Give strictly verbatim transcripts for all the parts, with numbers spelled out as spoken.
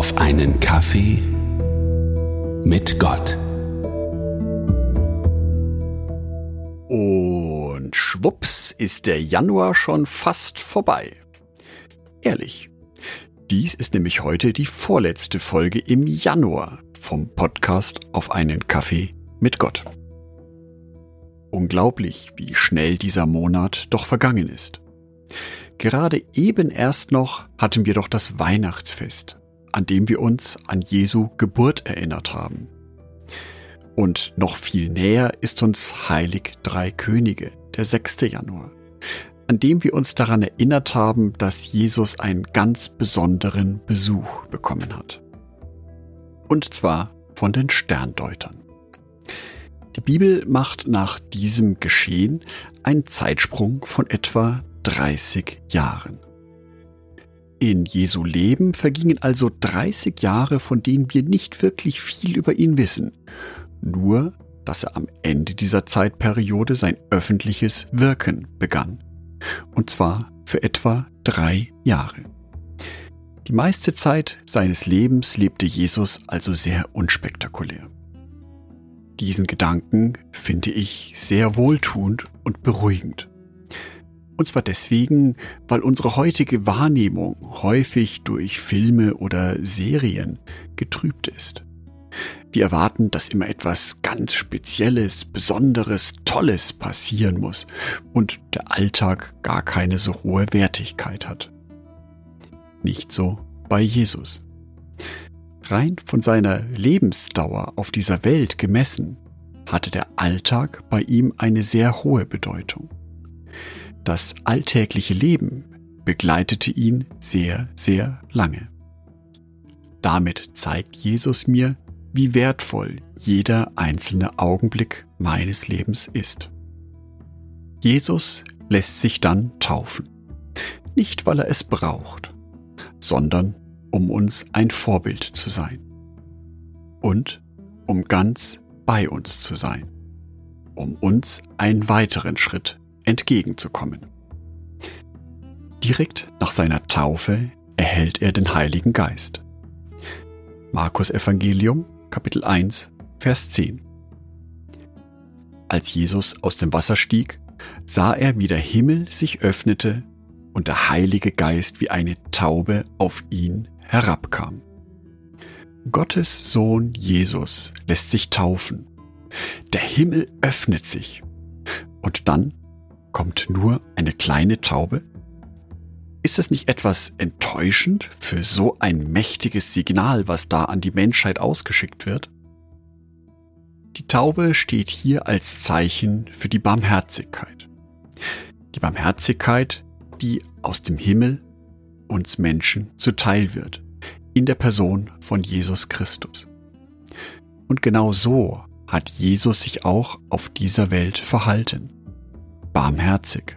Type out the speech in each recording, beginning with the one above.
auf einen Kaffee mit Gott. Und schwupps ist der Januar schon fast vorbei. Ehrlich, dies ist nämlich heute die vorletzte Folge im Januar vom Podcast auf einen Kaffee mit Gott. Unglaublich, wie schnell dieser Monat doch vergangen ist. Gerade eben erst noch hatten wir doch das Weihnachtsfest, an dem wir uns an Jesu Geburt erinnert haben. Und noch viel näher ist uns Heilig Drei Könige, der sechste Januar, an dem wir uns daran erinnert haben, dass Jesus einen ganz besonderen Besuch bekommen hat. Und zwar von den Sterndeutern. Die Bibel macht nach diesem Geschehen einen Zeitsprung von etwa dreißig Jahren. In Jesu Leben vergingen also dreißig Jahre, von denen wir nicht wirklich viel über ihn wissen. Nur, dass er am Ende dieser Zeitperiode sein öffentliches Wirken begann. Und zwar für etwa drei Jahre. Die meiste Zeit seines Lebens lebte Jesus also sehr unspektakulär. Diesen Gedanken finde ich sehr wohltuend und beruhigend. Und zwar deswegen, weil unsere heutige Wahrnehmung häufig durch Filme oder Serien getrübt ist. Wir erwarten, dass immer etwas ganz Spezielles, Besonderes, Tolles passieren muss und der Alltag gar keine so hohe Wertigkeit hat. Nicht so bei Jesus. Rein von seiner Lebensdauer auf dieser Welt gemessen, hatte der Alltag bei ihm eine sehr hohe Bedeutung. Das alltägliche Leben begleitete ihn sehr, sehr lange. Damit zeigt Jesus mir, wie wertvoll jeder einzelne Augenblick meines Lebens ist. Jesus lässt sich dann taufen. Nicht, weil er es braucht, sondern um uns ein Vorbild zu sein. Und um ganz bei uns zu sein. Um uns einen weiteren Schritt entgegenzukommen. Direkt nach seiner Taufe erhält er den Heiligen Geist. Markus Evangelium, Kapitel eins, Vers zehn. Als Jesus aus dem Wasser stieg, sah er, wie der Himmel sich öffnete und der Heilige Geist wie eine Taube auf ihn herabkam. Gottes Sohn Jesus lässt sich taufen. Der Himmel öffnet sich. Und dann kommt nur eine kleine Taube? Ist es nicht etwas enttäuschend für so ein mächtiges Signal, was da an die Menschheit ausgeschickt wird? Die Taube steht hier als Zeichen für die Barmherzigkeit. Die Barmherzigkeit, die aus dem Himmel uns Menschen zuteil wird, in der Person von Jesus Christus. Und genau so hat Jesus sich auch auf dieser Welt verhalten. Barmherzig.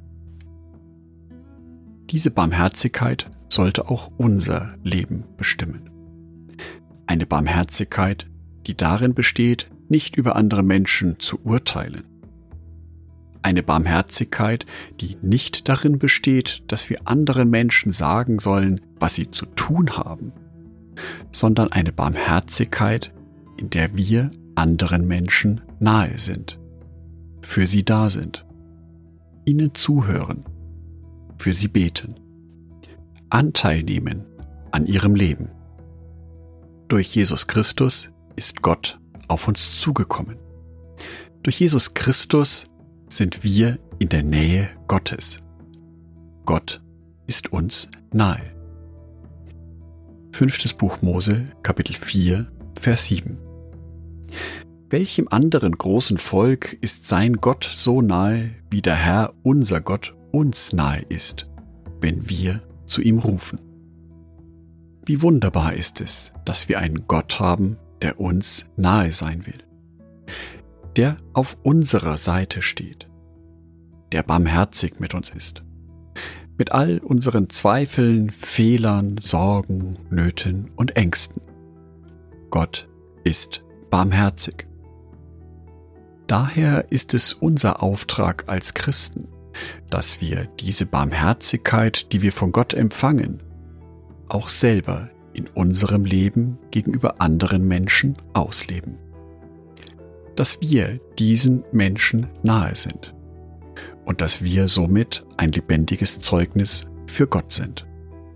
Diese Barmherzigkeit sollte auch unser Leben bestimmen. Eine Barmherzigkeit, die darin besteht, nicht über andere Menschen zu urteilen. Eine Barmherzigkeit, die nicht darin besteht, dass wir anderen Menschen sagen sollen, was sie zu tun haben, sondern eine Barmherzigkeit, in der wir anderen Menschen nahe sind, für sie da sind, ihnen zuhören, für sie beten, Anteil nehmen an ihrem Leben. Durch Jesus Christus ist Gott auf uns zugekommen. Durch Jesus Christus sind wir in der Nähe Gottes. Gott ist uns nahe. Fünftes Buch Mose, Kapitel vier, Vers sieben. Welchem anderen großen Volk ist sein Gott so nahe, wie der Herr, unser Gott, uns nahe ist, wenn wir zu ihm rufen? Wie wunderbar ist es, dass wir einen Gott haben, der uns nahe sein will, der auf unserer Seite steht, der barmherzig mit uns ist, mit all unseren Zweifeln, Fehlern, Sorgen, Nöten und Ängsten. Gott ist barmherzig. Daher ist es unser Auftrag als Christen, dass wir diese Barmherzigkeit, die wir von Gott empfangen, auch selber in unserem Leben gegenüber anderen Menschen ausleben. Dass wir diesen Menschen nahe sind und dass wir somit ein lebendiges Zeugnis für Gott sind.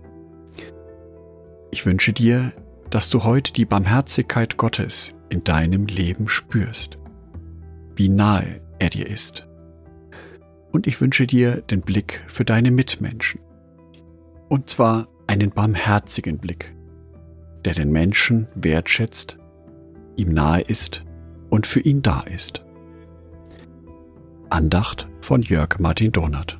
Ich wünsche dir, dass du heute die Barmherzigkeit Gottes in deinem Leben spürst, wie nahe er dir ist. Und ich wünsche dir den Blick für deine Mitmenschen. Und zwar einen barmherzigen Blick, der den Menschen wertschätzt, ihm nahe ist und für ihn da ist. Andacht von Jörg Martin Donath.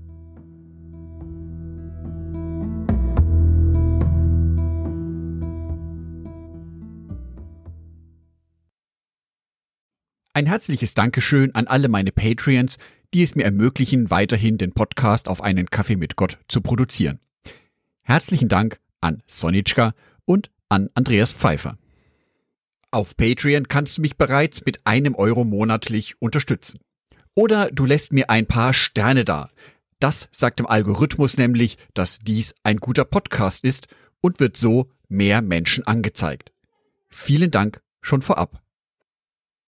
Ein herzliches Dankeschön an alle meine Patreons, die es mir ermöglichen, weiterhin den Podcast auf einen Kaffee mit Gott zu produzieren. Herzlichen Dank an Sonitschka und an Andreas Pfeiffer. Auf Patreon kannst du mich bereits mit einem Euro monatlich unterstützen. Oder du lässt mir ein paar Sterne da. Das sagt dem Algorithmus nämlich, dass dies ein guter Podcast ist und wird so mehr Menschen angezeigt. Vielen Dank schon vorab.